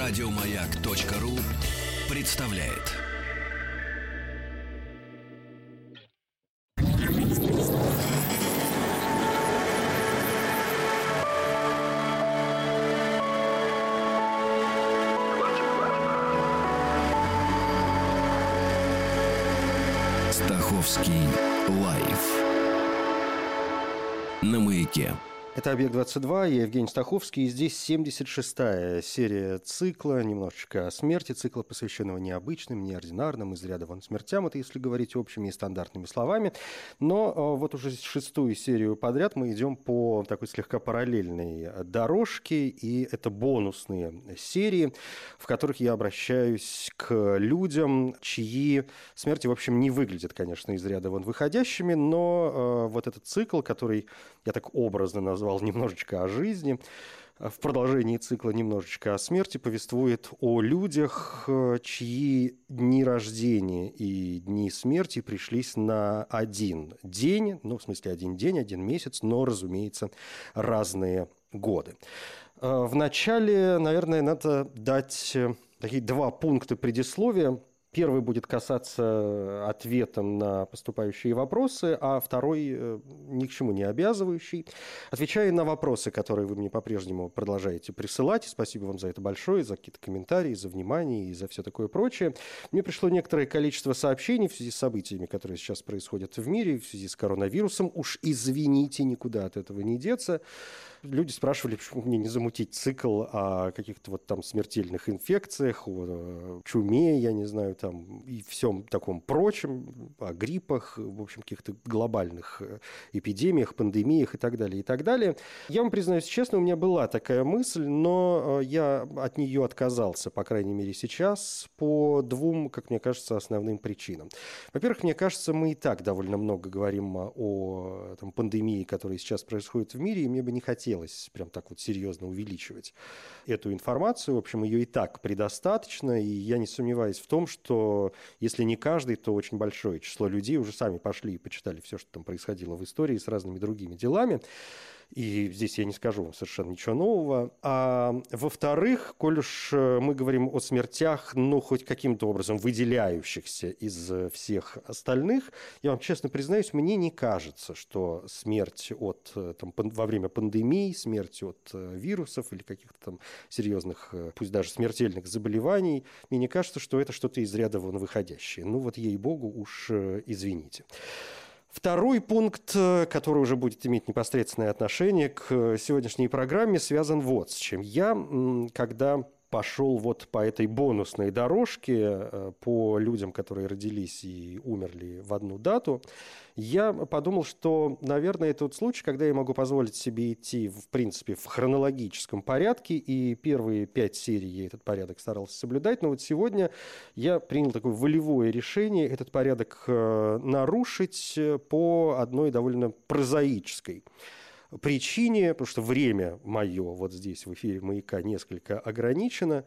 Радиомаяк.ру представляет. Стаховский лайф на Маяке. Это «Объект-22», я Евгений Стаховский, и здесь 76-я серия цикла, немножечко о смерти, цикла, посвященного необычным, неординарным, из ряда вон смертям, это если говорить общими и стандартными словами. Но вот уже шестую серию подряд мы идем по такой слегка параллельной дорожке, и это бонусные серии, в которых я обращаюсь к людям, чьи смерти, в общем, не выглядят, конечно, из ряда вон выходящими, но вот этот цикл, который я так образно назвал «Немножечко о жизни», в продолжении цикла «Немножечко о смерти» повествует о людях, чьи дни рождения и дни смерти пришлись на один день, ну, в смысле, один день, один месяц, но, разумеется, разные годы. Вначале, наверное, надо дать такие два пункта предисловия. Первый будет касаться ответа на поступающие вопросы, а второй ни к чему не обязывающий. Отвечая на вопросы, которые вы мне по-прежнему продолжаете присылать, спасибо вам за это большое, за какие-то комментарии, за внимание и за все такое прочее. Мне пришло некоторое количество сообщений в связи с событиями, которые сейчас происходят в мире, в связи с коронавирусом. Уж извините, никуда от этого не деться. Люди спрашивали, почему мне не замутить цикл о каких-то вот там смертельных инфекциях, о чуме, я не знаю, там, и всем таком прочем, о гриппах, в общем, каких-то глобальных эпидемиях, пандемиях и так далее, и так далее. Я вам признаюсь честно, у меня была такая мысль, но я от нее отказался, по крайней мере, сейчас, по двум, как мне кажется, основным причинам. Во-первых, мне кажется, мы и так довольно много говорим о там, пандемии, которая сейчас происходит в мире, и мне бы не хотелось прям так вот серьезно увеличивать эту информацию. В общем, ее и так предостаточно, и я не сомневаюсь в том, что если не каждый, то очень большое число людей уже сами пошли и почитали все, что там происходило в истории с разными другими делами. И здесь я не скажу вам совершенно ничего нового. А во-вторых, коль уж мы говорим о смертях, ну, хоть каким-то образом выделяющихся из всех остальных, я вам честно признаюсь, мне не кажется, что смерть от, там, во время пандемии, смерть от вирусов или каких-то там серьезных, пусть даже смертельных заболеваний, мне не кажется, что это что-то из ряда вон выходящее. Ну вот, ей-богу, уж извините. Второй пункт, который уже будет иметь непосредственное отношение к сегодняшней программе, связан вот с чем. Я, когда пошел вот по этой бонусной дорожке, по людям, которые родились и умерли в одну дату, я подумал, что, наверное, это тот случай, когда я могу позволить себе идти, в принципе, в хронологическом порядке, и первые 5 серий я этот порядок старался соблюдать, но вот сегодня я принял такое волевое решение этот порядок нарушить по одной довольно прозаической причине, потому что время мое вот здесь в эфире «Маяка» несколько ограничено,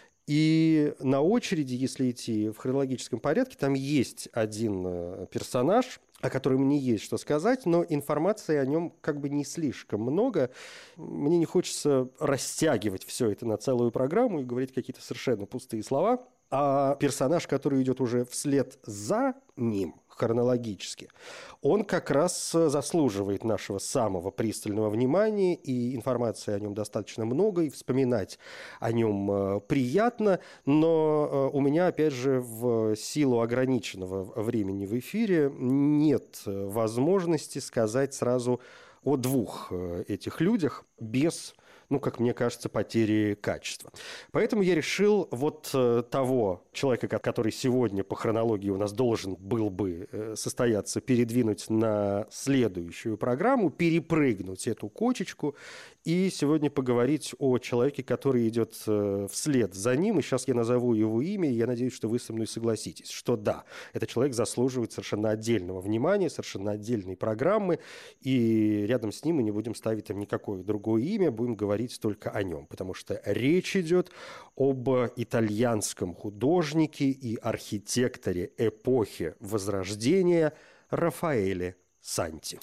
и на очереди, если идти в хронологическом порядке, там есть один персонаж, о котором мне есть что сказать, но информации о нем как бы не слишком много. Мне не хочется растягивать все это на целую программу и говорить какие-то совершенно пустые слова. А персонаж, который идет уже вслед за ним, хронологически, он как раз заслуживает нашего самого пристального внимания, и информации о нем достаточно много, и вспоминать о нем приятно, но у меня, опять же, в силу ограниченного времени в эфире нет возможности сказать сразу о двух этих людях без, ну, как мне кажется, потери качества. Поэтому я решил вот того человека, который сегодня по хронологии у нас должен был бы состояться, передвинуть на следующую программу, перепрыгнуть эту кочечку и сегодня поговорить о человеке, который идет вслед за ним. И сейчас я назову его имя, и я надеюсь, что вы со мной согласитесь, что да, этот человек заслуживает совершенно отдельного внимания, совершенно отдельной программы, и рядом с ним мы не будем ставить там никакое другое имя, будем говорить только о нем, потому что речь идет об итальянском художнике и архитекторе эпохи Возрождения Рафаэле Санти.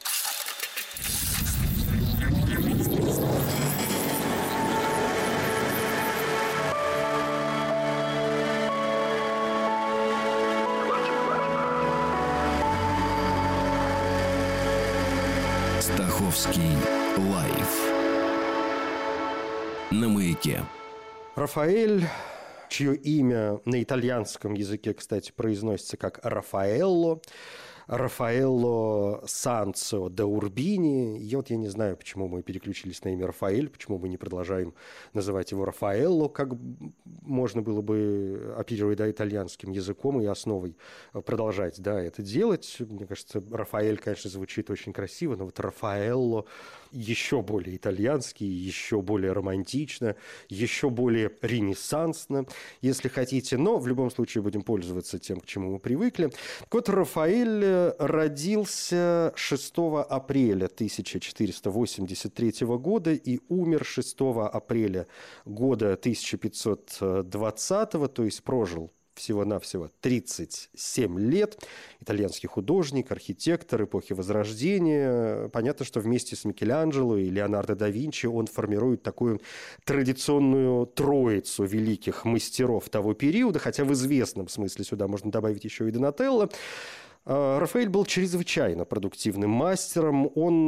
Стаховский лайф на Маяке. Рафаэль, чье имя на итальянском языке, кстати, произносится как Рафаэлло Санцо де Урбини. И вот я не знаю, почему мы переключились на имя Рафаэль, почему мы не продолжаем называть его Рафаэлло, как можно было бы, оперируя итальянским языком и основой, продолжать это делать. Мне кажется, Рафаэль, конечно, звучит очень красиво, но вот Рафаэлло еще более итальянский, еще более романтично, еще более ренессансно, если хотите. Но в любом случае будем пользоваться тем, к чему мы привыкли. Так вот, Рафаэль родился 6 апреля 1483 года и умер 6 апреля года 1520, то есть прожил всего-навсего 37 лет. Итальянский художник, архитектор эпохи Возрождения. Понятно, что вместе с Микеланджело и Леонардо да Винчи он формирует такую традиционную троицу великих мастеров того периода, хотя в известном смысле сюда можно добавить еще и Донателло. Рафаэль был чрезвычайно продуктивным мастером, он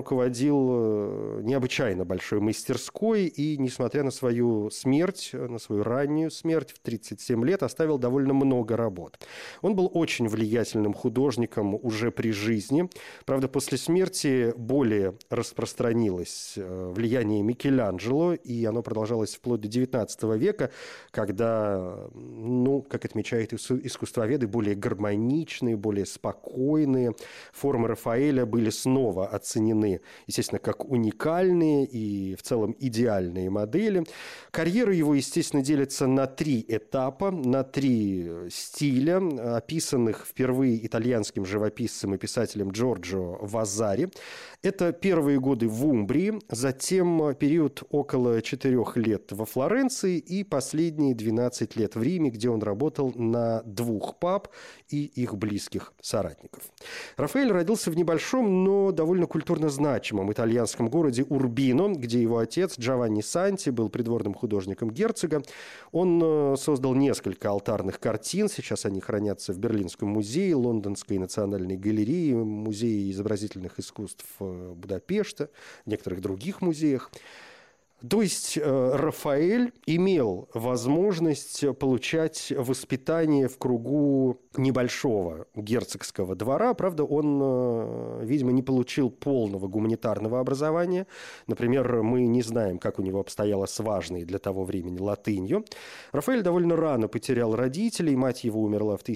руководил необычайно большой мастерской и, несмотря на свою смерть, на свою раннюю смерть в 37 лет, оставил довольно много работ. Он был очень влиятельным художником уже при жизни. Правда, после смерти более распространилось влияние Микеланджело, и оно продолжалось вплоть до XIX века, когда, как отмечают искусствоведы, более гармоничные, более спокойные формы Рафаэля были снова оценены, естественно, как уникальные и в целом идеальные модели. Карьера его, естественно, делится на 3 этапа, на 3 стиля, описанных впервые итальянским живописцем и писателем Джорджо Вазари. Это первые годы в Умбрии, затем период около 4 лет во Флоренции и последние 12 лет в Риме, где он работал на 2 пап и их близких соратников. Рафаэль родился в небольшом, но довольно культурно значимом итальянском городе Урбино, где его отец Джованни Санти был придворным художником герцога. Он создал несколько алтарных картин, сейчас они хранятся в Берлинском музее, Лондонской национальной галерее, Музее изобразительных искусств Будапешта, в некоторых других музеях. То есть Рафаэль имел возможность получать воспитание в кругу небольшого герцогского двора. Правда, он, видимо, не получил полного гуманитарного образования. Например, мы не знаем, как у него обстояло с важной для того времени латынью. Рафаэль довольно рано потерял родителей. Мать его умерла в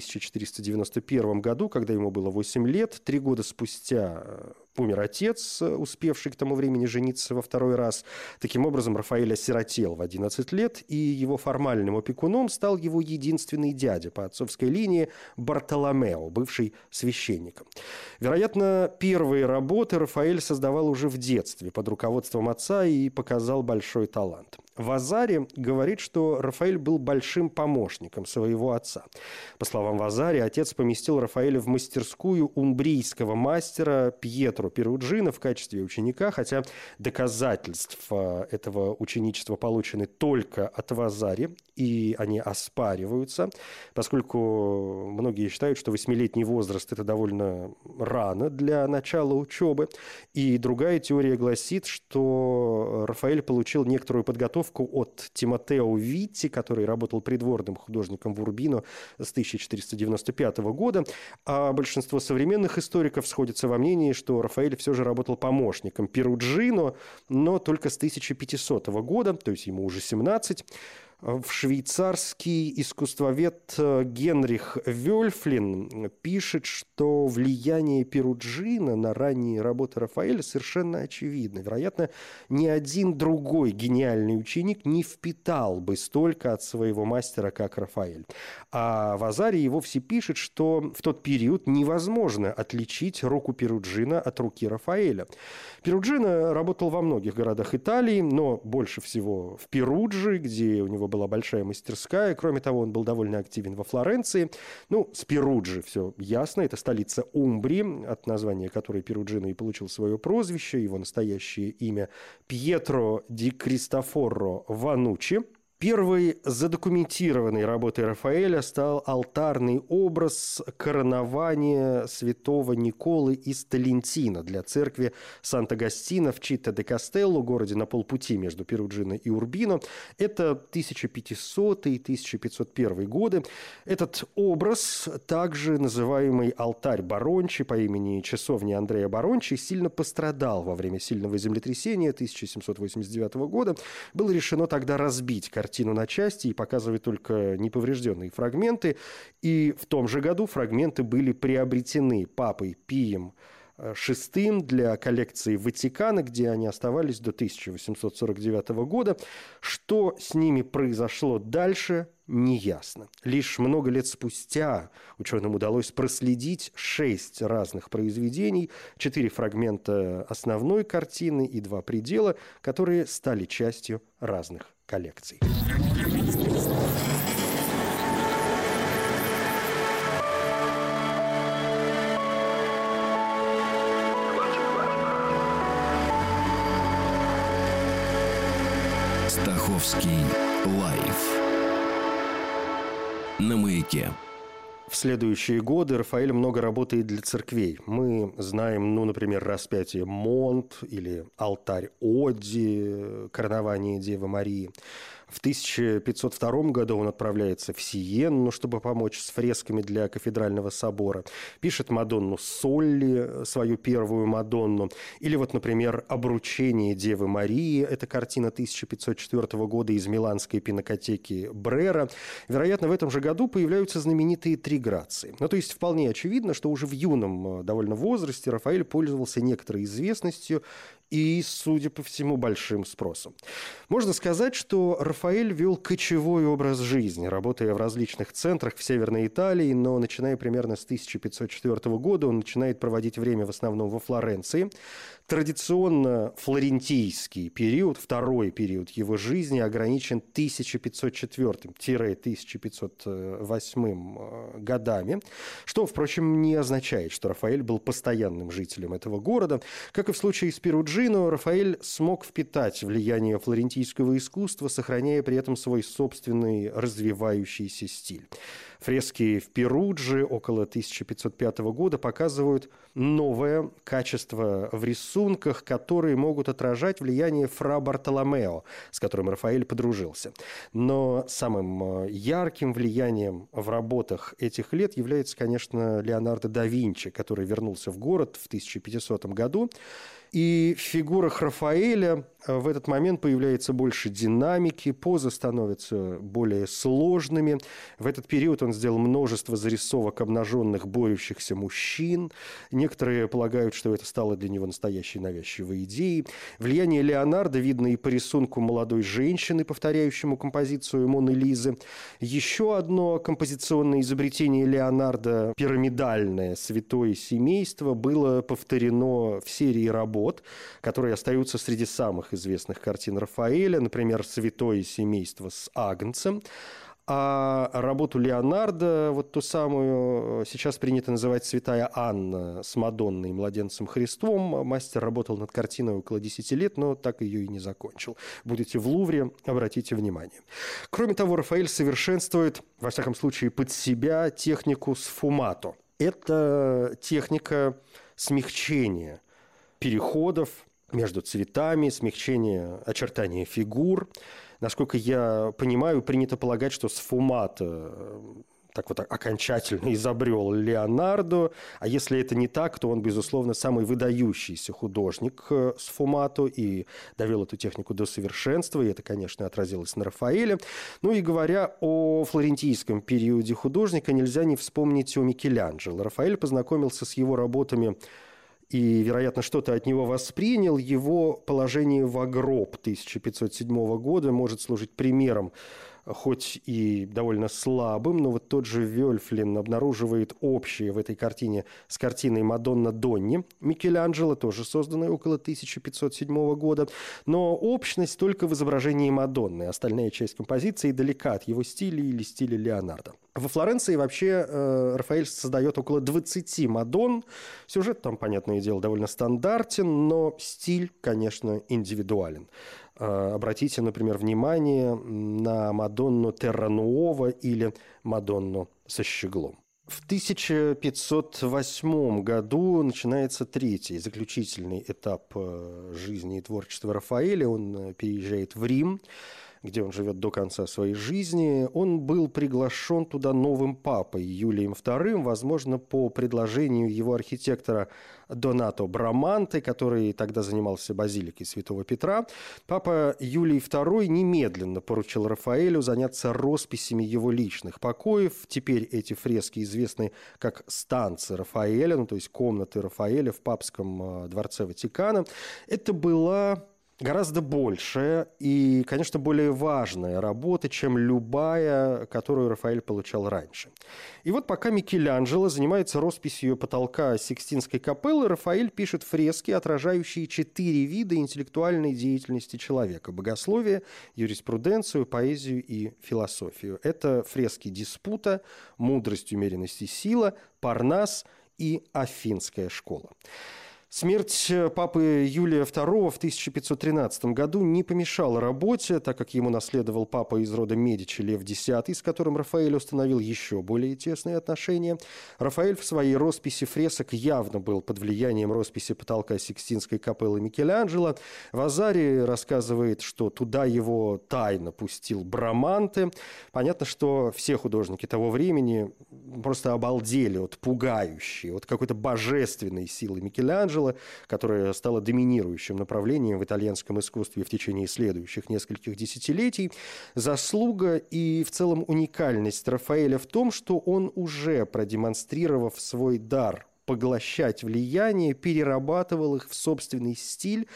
1491 году, когда ему было 8 лет. 3 года спустя умер отец, успевший к тому времени жениться во 2-й раз. Таким образом, Рафаэль осиротел в 11 лет, и его формальным опекуном стал его единственный дядя по отцовской линии Бартоломео, бывший священником. Вероятно, первые работы Рафаэль создавал уже в детстве под руководством отца и показал большой талант. Вазари говорит, что Рафаэль был большим помощником своего отца. По словам Вазари, отец поместил Рафаэля в мастерскую умбрийского мастера Пьетро Перуджино в качестве ученика, хотя доказательств этого ученичества получены только от Вазари, и они оспариваются, поскольку многие считают, что 8-летний возраст – это довольно рано для начала учебы. И другая теория гласит, что Рафаэль получил некоторую подготовку от Тимотео Витти, который работал придворным художником в Урбино с 1495 года. А большинство современных историков сходятся во мнении, что Рафаэль все же работал помощником Перуджино, но только с 1500 года, то есть ему уже 17. Швейцарский искусствовед Генрих Вёльфлин пишет, что влияние Перуджино на ранние работы Рафаэля совершенно очевидно. Вероятно, ни один другой гениальный ученик не впитал бы столько от своего мастера, как Рафаэль. А Вазари и вовсе пишет, что в тот период невозможно отличить руку Перуджино от руки Рафаэля. Перуджино работал во многих городах Италии, но больше всего в Перудже, где у него была большая мастерская. Кроме того, он был довольно активен во Флоренции. С Перуджи все ясно. Это столица Умбрии, от названия которой Перуджино и получил свое прозвище. Его настоящее имя Пьетро ди Кристофоро Вануччи. Первой задокументированной работой Рафаэля стал алтарный образ коронования святого Николы из Толентино для церкви Сант-Агастино в Читта-де-Кастелло, городе на полпути между Перуджино и Урбино. Это 1500 и 1501 годы. Этот образ, также называемый алтарь Барончи по имени часовни Андреа Барончи, сильно пострадал во время сильного землетрясения 1789 года. Было решено тогда разбить картину на части и показывать только неповрежденные фрагменты. И в том же году фрагменты были приобретены папой Пием VI для коллекции Ватикана, где они оставались до 1849 года. Что с ними произошло дальше, неясно. Лишь много лет спустя ученым удалось проследить 6 разных произведений, 4 фрагмента основной картины и 2 предела, которые стали частью разных коллекций. Стаховский лайф на Маяке. В следующие годы Рафаэль много работает для церквей. Мы знаем, например, распятие Монт или алтарь Одди, коронование Девы Марии. В 1502 году он отправляется в Сиенну, чтобы помочь с фресками для кафедрального собора. Пишет Мадонну Солли, свою первую Мадонну. Или например, «Обручение Девы Марии». Это картина 1504 года из миланской пинакотеки Брера. Вероятно, в этом же году появляются знаменитые «Три грации». То есть вполне очевидно, что уже в юном довольно возрасте Рафаэль пользовался некоторой известностью и, судя по всему, большим спросом. Можно сказать, что Рафаэль вел кочевой образ жизни, работая в различных центрах в Северной Италии, но начиная примерно с 1504 года он начинает проводить время в основном во Флоренции. Традиционно флорентийский период, второй период его жизни, ограничен 1504-1508 годами, что, впрочем, не означает, что Рафаэль был постоянным жителем этого города. Как и в случае с Перуджино, Рафаэль смог впитать влияние флорентийского искусства, сохраняя при этом свой собственный развивающийся стиль. Фрески в Перудже около 1505 года показывают новое качество в рисунках, которые могут отражать влияние фра Бартоломео, с которым Рафаэль подружился. Но самым ярким влиянием в работах этих лет является, конечно, Леонардо да Винчи, который вернулся в город в 1500 году. И в фигурах Рафаэля в этот момент появляется больше динамики, позы становятся более сложными. В этот период он сделал множество зарисовок обнаженных борющихся мужчин. Некоторые полагают, что это стало для него настоящей навязчивой идеей. Влияние Леонардо видно и по рисунку молодой женщины, повторяющему композицию Моны Лизы. Еще одно композиционное изобретение Леонардо, пирамидальное «Святое семейство», было повторено в серии работ, которые остаются среди самых известных картин Рафаэля, например, «Святое семейство с Агнцем». А работу Леонардо, ту самую, сейчас принято называть «Святая Анна» с Мадонной и младенцем Христом. Мастер работал над картиной около 10 лет, но так ее и не закончил. Будете в Лувре, обратите внимание. Кроме того, Рафаэль совершенствует, во всяком случае, под себя технику сфумато. Это техника смягчения переходов между цветами, смягчение очертания фигур. Насколько я понимаю, принято полагать, что сфумато окончательно изобрел Леонардо, а если это не так, то он, безусловно, самый выдающийся художник сфумато и довел эту технику до совершенства, и это, конечно, отразилось на Рафаэле. И говоря о флорентийском периоде художника, нельзя не вспомнить о Микеланджело. Рафаэль познакомился с его работами и, вероятно, что-то от него воспринял. Его «Положение в гроб» 1507 года может служить примером, хоть и довольно слабым, но тот же Вёльфлин обнаруживает общее в этой картине с картиной «Мадонна Донни» Микеланджело, тоже созданной около 1507 года. Но общность только в изображении Мадонны. Остальная часть композиции далека от его стиля или стиля Леонардо. Во Флоренции вообще Рафаэль создает около 20 Мадонн. Сюжет там, понятное дело, довольно стандартен, но стиль, конечно, индивидуален. Обратите, например, внимание на Мадонну Террануова или Мадонну со щеглом. В 1508 году начинается третий, заключительный этап жизни и творчества Рафаэля. Он переезжает в Рим, где он живет до конца своей жизни. Он был приглашен туда новым папой Юлием II, возможно, по предложению его архитектора Донато Браманте, который тогда занимался базиликой Святого Петра. Папа Юлий II немедленно поручил Рафаэлю заняться росписями его личных покоев. Теперь эти фрески известны как станцы Рафаэля, то есть комнаты Рафаэля в Папском дворце Ватикана. Это была гораздо большая и, конечно, более важная работа, чем любая, которую Рафаэль получал раньше. И вот пока Микеланджело занимается росписью потолка Сикстинской капеллы, Рафаэль пишет фрески, отражающие 4 вида интеллектуальной деятельности человека: богословие, юриспруденцию, поэзию и философию. Это фрески диспута, мудрость, умеренность и сила, Парнас и Афинская школа. Смерть папы Юлия II в 1513 году не помешала работе, так как ему наследовал папа из рода Медичи Лев X, с которым Рафаэль установил еще более тесные отношения. Рафаэль в своей росписи фресок явно был под влиянием росписи потолка Сикстинской капеллы Микеланджело. Вазари рассказывает, что туда его тайно пустил Браманте. Понятно, что все художники того времени просто обалдели от пугающей, от какой-то божественной силы Микеланджело, которая стала доминирующим направлением в итальянском искусстве в течение следующих нескольких десятилетий. Заслуга и в целом уникальность Рафаэля в том, что он, уже продемонстрировав свой дар поглощать влияние, перерабатывал их в собственный стиль.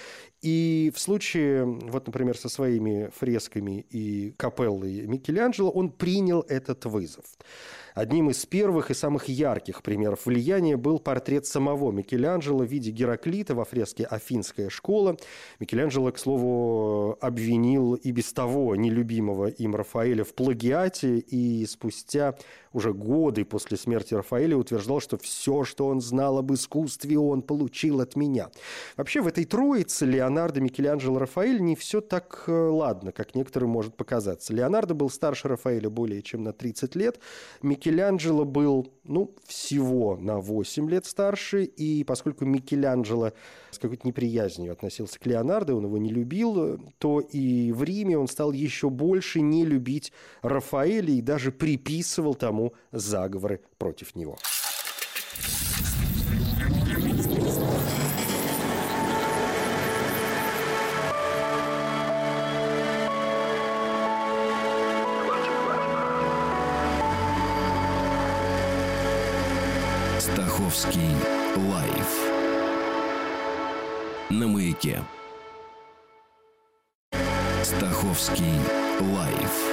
И в случае, вот, например, со своими фресками и капеллой Микеланджело, он принял этот вызов. Одним из первых и самых ярких примеров влияния был портрет самого Микеланджело в виде Гераклита во фреске «Афинская школа». Микеланджело, к слову, обвинил и без того нелюбимого им Рафаэля в плагиате, и спустя уже годы после смерти Рафаэля утверждал, что все, что он знал об искусстве, он получил от меня. Вообще в этой троице Леонардо, Микеланджело, Рафаэль не все так ладно, как некоторым может показаться. Леонардо был старше Рафаэля более чем на 30 лет. Микеланджело был, всего на 8 лет старше, и поскольку Микеланджело с какой-то неприязнью относился к Леонардо, он его не любил, то и в Риме он стал еще больше не любить Рафаэля и даже приписывал тому заговоры против него. Стаховский лайф на Маяке. Стаховский лайф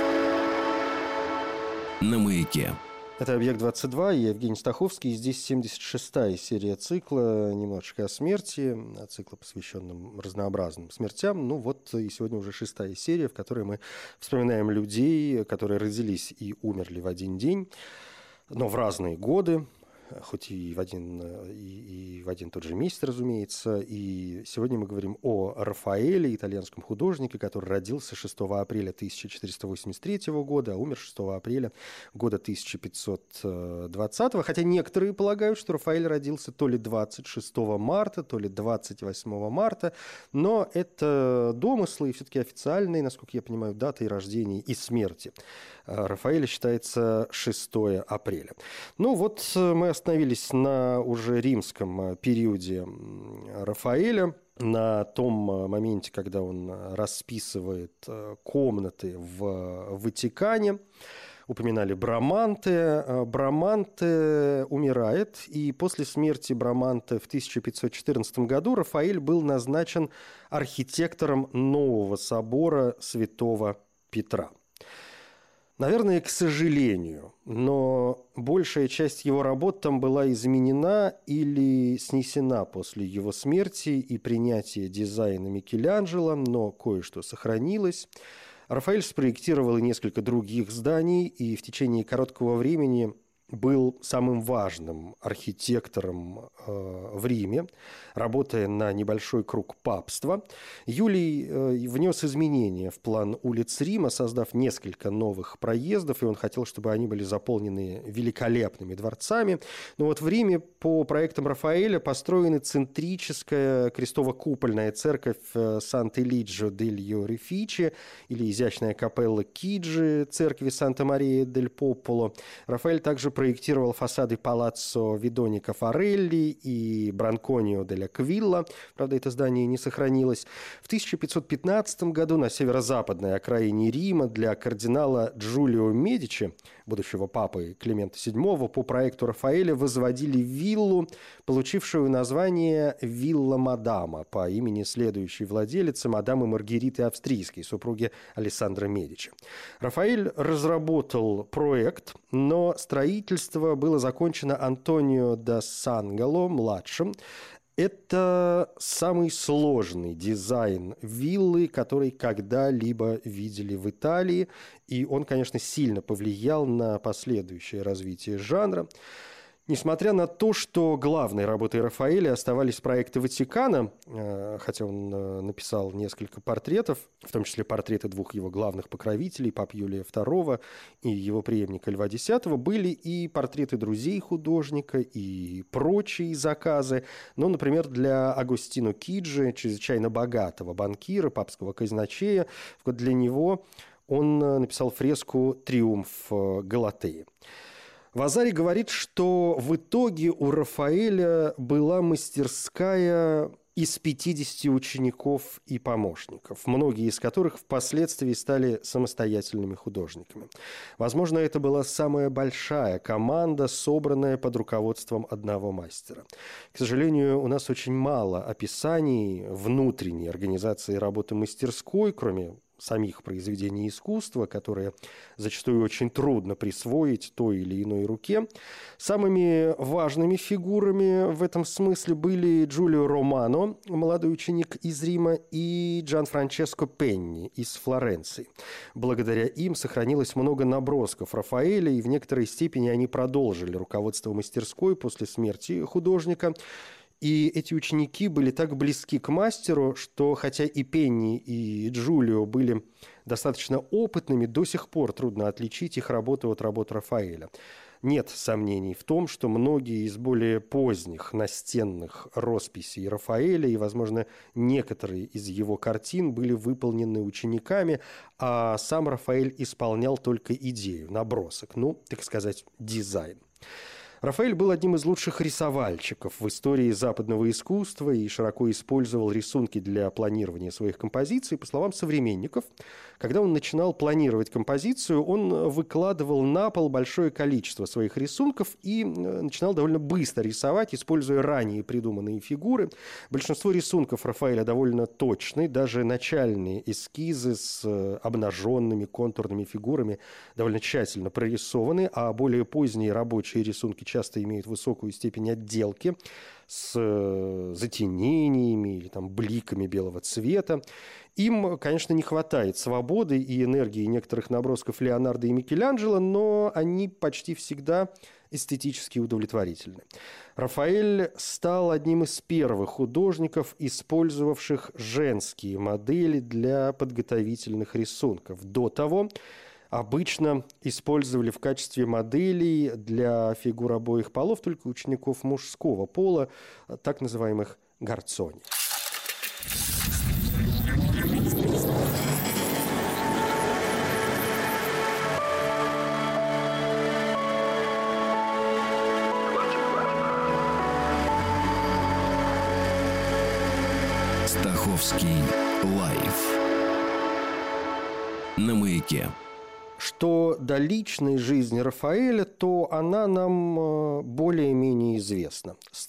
на Маяке. Это «Объект-22», я Евгений Стаховский, и здесь 76-я серия цикла «Немножечко о смерти», цикла, посвященном разнообразным смертям. И сегодня уже 6-я серия, в которой мы вспоминаем людей, которые родились и умерли в один день, но в разные годы, хоть и в один тот же месяц, разумеется. И сегодня мы говорим о Рафаэле, итальянском художнике, который родился 6 апреля 1483 года, а умер 6 апреля года 1520. Хотя некоторые полагают, что Рафаэль родился то ли 26 марта, то ли 28 марта. Но это домыслы, и все-таки официальные, насколько я понимаю, даты рождения и смерти Рафаэля считается 6 апреля. Мы остановились на уже римском периоде Рафаэля, на том моменте, когда он расписывает комнаты в Ватикане. Упоминали Браманте. Браманте умирает, и после смерти Браманте в 1514 году Рафаэль был назначен архитектором нового собора Святого Петра. Наверное, к сожалению, но большая часть его работ там была изменена или снесена после его смерти и принятия дизайна Микеланджело, но кое-что сохранилось. Рафаэль спроектировал и несколько других зданий, и в течение короткого времени был самым важным архитектором в Риме, работая на небольшой круг папства. Юлий внес изменения в план улиц Рима, создав несколько новых проездов, и он хотел, чтобы они были заполнены великолепными дворцами. Но вот в Риме по проектам Рафаэля построена центрическая крестово-купольная церковь Сант-Элиджио-дель-Рефичи или изящная капелла Киджи церкви Санта-Мария-дель-Пополо. Рафаэль также проектировал фасады палаццо Видоника Форелли и Бранконио дель Аквилла. Правда, это здание не сохранилось. В 1515 году на северо-западной окраине Рима для кардинала Джулио Медичи, будущего папы Климента VII, по проекту Рафаэля возводили виллу, получившую название «Вилла Мадама» по имени следующей владелицы, мадамы Маргариты Австрийской, супруги Алессандро Медичи. Рафаэль разработал проект, но строительство было закончено Антонио да Сангало-младшим. Это самый сложный дизайн виллы, который когда-либо видели в Италии, и он, конечно, сильно повлиял на последующее развитие жанра. Несмотря на то, что главной работой Рафаэля оставались проекты Ватикана, хотя он написал несколько портретов, в том числе портреты двух его главных покровителей, пап Юлия II и его преемника Льва X, были и портреты друзей художника, и прочие заказы. Ну, например, для Агостино Киджи, чрезвычайно богатого банкира, папского казначея, для него он написал фреску «Триумф Галатеи». Вазари говорит, что в итоге у Рафаэля была мастерская из 50 учеников и помощников, многие из которых впоследствии стали самостоятельными художниками. Возможно, это была самая большая команда, собранная под руководством одного мастера. К сожалению, у нас очень мало описаний внутренней организации работы мастерской, кроме самих произведений искусства, которые зачастую очень трудно присвоить той или иной руке. Самыми важными фигурами в этом смысле были Джулио Романо, молодой ученик из Рима, и Джанфранческо Пенни из Флоренции. Благодаря им сохранилось много набросков Рафаэля, и в некоторой степени они продолжили руководство мастерской после смерти художника. И эти ученики были так близки к мастеру, что хотя и Пенни, и Джулио были достаточно опытными, до сих пор трудно отличить их работу от работ Рафаэля. Нет сомнений в том, что многие из более поздних настенных росписей Рафаэля и, возможно, некоторые из его картин были выполнены учениками, а сам Рафаэль исполнял только идею, набросок, так сказать, дизайн. Рафаэль был одним из лучших рисовальщиков в истории западного искусства и широко использовал рисунки для планирования своих композиций. По словам современников, когда он начинал планировать композицию, он выкладывал на пол большое количество своих рисунков и начинал довольно быстро рисовать, используя ранее придуманные фигуры. Большинство рисунков Рафаэля довольно точны, даже начальные эскизы с обнаженными контурными фигурами довольно тщательно прорисованы, а более поздние рабочие рисунки часто имеют высокую степень отделки с затенениями или бликами белого цвета. Им, конечно, не хватает свободы и энергии некоторых набросков Леонардо и Микеланджело, но они почти всегда эстетически удовлетворительны. Рафаэль стал одним из первых художников, использовавших женские модели для подготовительных рисунков. До того обычно использовали в качестве моделей для фигур обоих полов только учеников мужского пола, так называемых гарцони. Стаховский лайф на Маяке. Что до личной жизни Рафаэля, то она нам более-менее известна. С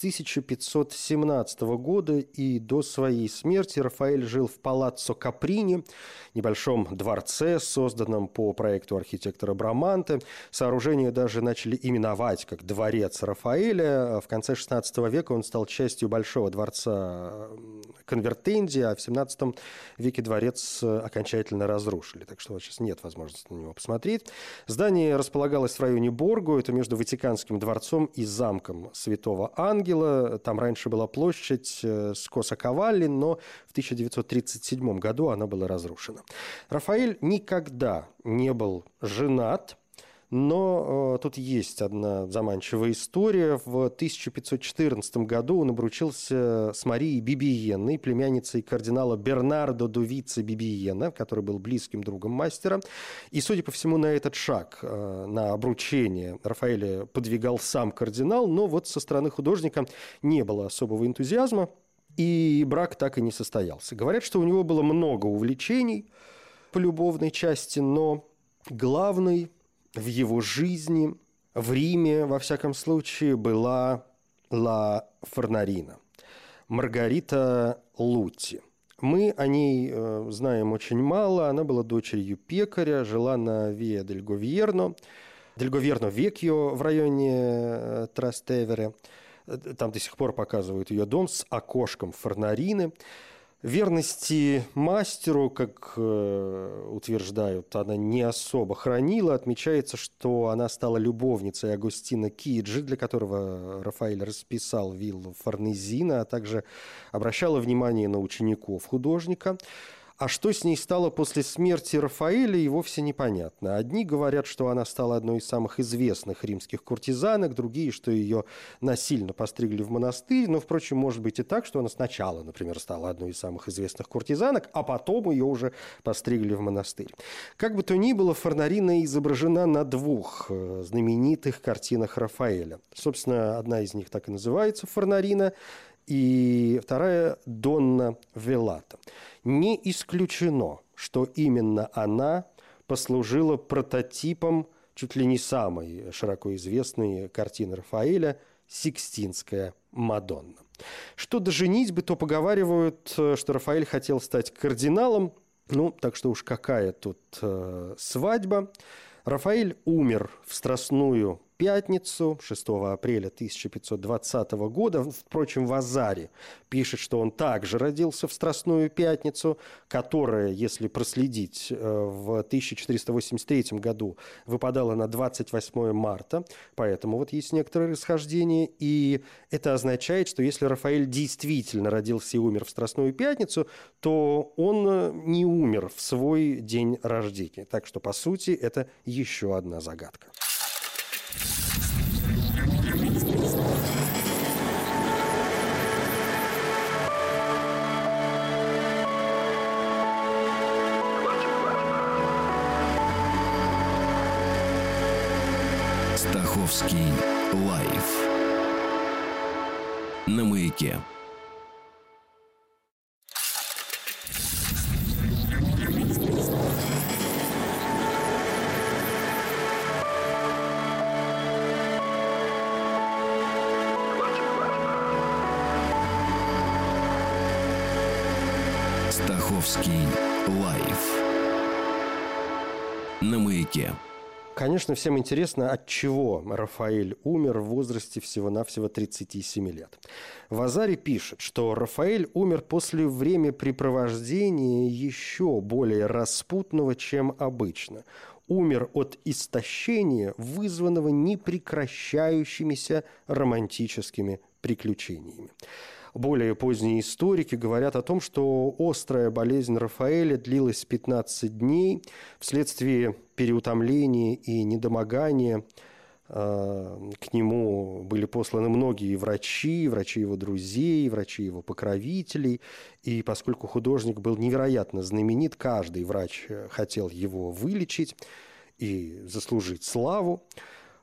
1517 года и до своей смерти Рафаэль жил в Палаццо Каприни, небольшом дворце, созданном по проекту архитектора Браманте. Сооружение даже начали именовать как «Дворец Рафаэля». В конце XVI века он стал частью большого дворца Конвертенди, а в XVII веке дворец окончательно разрушили. Так что вот сейчас нет возможности на него посмотреть. Здание располагалось в районе Борго, это между Ватиканским дворцом и замком Святого Ангела. Там раньше была площадь Скоса-Кавалли, но в 1937 году она была разрушена. Рафаэль никогда не был женат, но тут есть одна заманчивая история. В 1514 году он обручился с Марией Бибиенной, племянницей кардинала Бернардо Дувица Бибиена, который был близким другом мастера. И, судя по всему, на этот шаг, на обручение Рафаэля подвигал сам кардинал, но вот со стороны художника не было особого энтузиазма, и брак так и не состоялся. Говорят, что у него было много увлечений по любовной части, но главной в его жизни, в Риме, во всяком случае, была Ла Форнарина, Маргарита Лутти. Мы о ней знаем очень мало. Она была дочерью пекаря, жила на Виа дель Говьерно Векьо в районе Трастевере. Там до сих пор показывают ее дом с окошком Форнарины. Верности мастеру, как утверждают, она не особо хранила. Отмечается, что она стала любовницей Агустина Киджи, для которого Рафаэль расписал виллу Форнезина, а также обращала внимание на учеников художника. А что с ней стало после смерти Рафаэля, и вовсе непонятно. Одни говорят, что она стала одной из самых известных римских куртизанок, другие, что ее насильно постригли в монастырь. Но, впрочем, может быть и так, что она сначала, например, стала одной из самых известных куртизанок, а потом ее уже постригли в монастырь. Как бы то ни было, Форнарина изображена на двух знаменитых картинах Рафаэля. Собственно, одна из них так и называется «Форнарина», и вторая «Донна Велата». Не исключено, что именно она послужила прототипом чуть ли не самой широко известной картины Рафаэля «Сикстинская Мадонна». Что до женитьбы, то поговаривают, что Рафаэль хотел стать кардиналом. Ну, так что уж какая тут свадьба. Рафаэль умер в Страстную пятницу 6 апреля 1520 года. Впрочем, Вазари пишет, что он также родился в Страстную пятницу, которая, если проследить, в 1483 году выпадала на 28 марта. Поэтому вот есть некоторые расхождения. И это означает, что если Рафаэль действительно родился и умер в Страстную пятницу, то он не умер в свой день рождения. Так что, по сути, это еще одна загадка. Стаховский лайф на Маяке. Стаховский лайф на Маяке. Конечно, всем интересно, от чего Рафаэль умер в возрасте всего-навсего 37 лет. Вазари пишет, что Рафаэль умер после времяпрепровождения еще более распутного, чем обычно. Умер от истощения, вызванного непрекращающимися романтическими приключениями. Более поздние историки говорят о том, что острая болезнь Рафаэля длилась 15 дней вследствие переутомления и недомогания. К нему были посланы многие врачи его друзей, врачи его покровителей. И поскольку художник был невероятно знаменит, каждый врач хотел его вылечить и заслужить славу.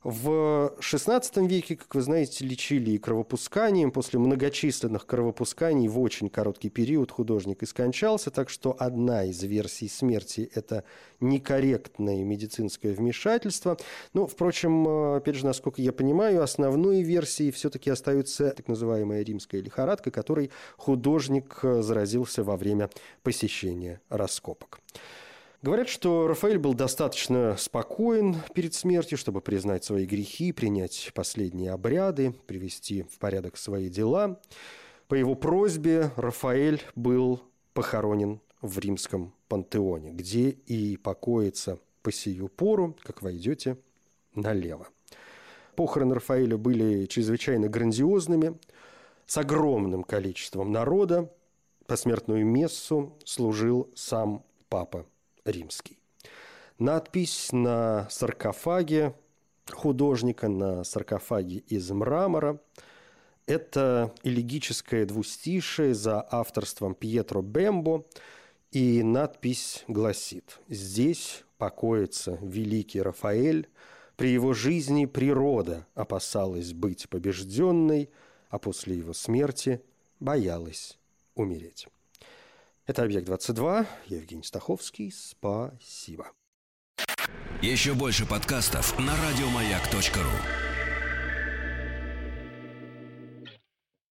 В XVI веке, как вы знаете, лечили и кровопусканием. После многочисленных кровопусканий в очень короткий период художник и скончался. Так что одна из версий смерти – это некорректное медицинское вмешательство. Но, впрочем, опять же, насколько я понимаю, основной версией все-таки остается так называемая римская лихорадка, которой художник заразился во время посещения раскопок. Говорят, что Рафаэль был достаточно спокоен перед смертью, чтобы признать свои грехи, принять последние обряды, привести в порядок свои дела. По его просьбе Рафаэль был похоронен в римском пантеоне, где и покоится по сию пору, как войдете, налево. Похороны Рафаэля были чрезвычайно грандиозными, с огромным количеством народа. Посмертную мессу служил сам Папа Римский. Надпись на саркофаге художника, на саркофаге из мрамора – это элегическое двустишие за авторством Пьетро Бембо, и надпись гласит: «Здесь покоится великий Рафаэль, при его жизни природа опасалась быть побежденной, а после его смерти боялась умереть». Это «Объект-22». Я Евгений Стаховский. Спасибо. Еще больше подкастов на радиомаяк.ру.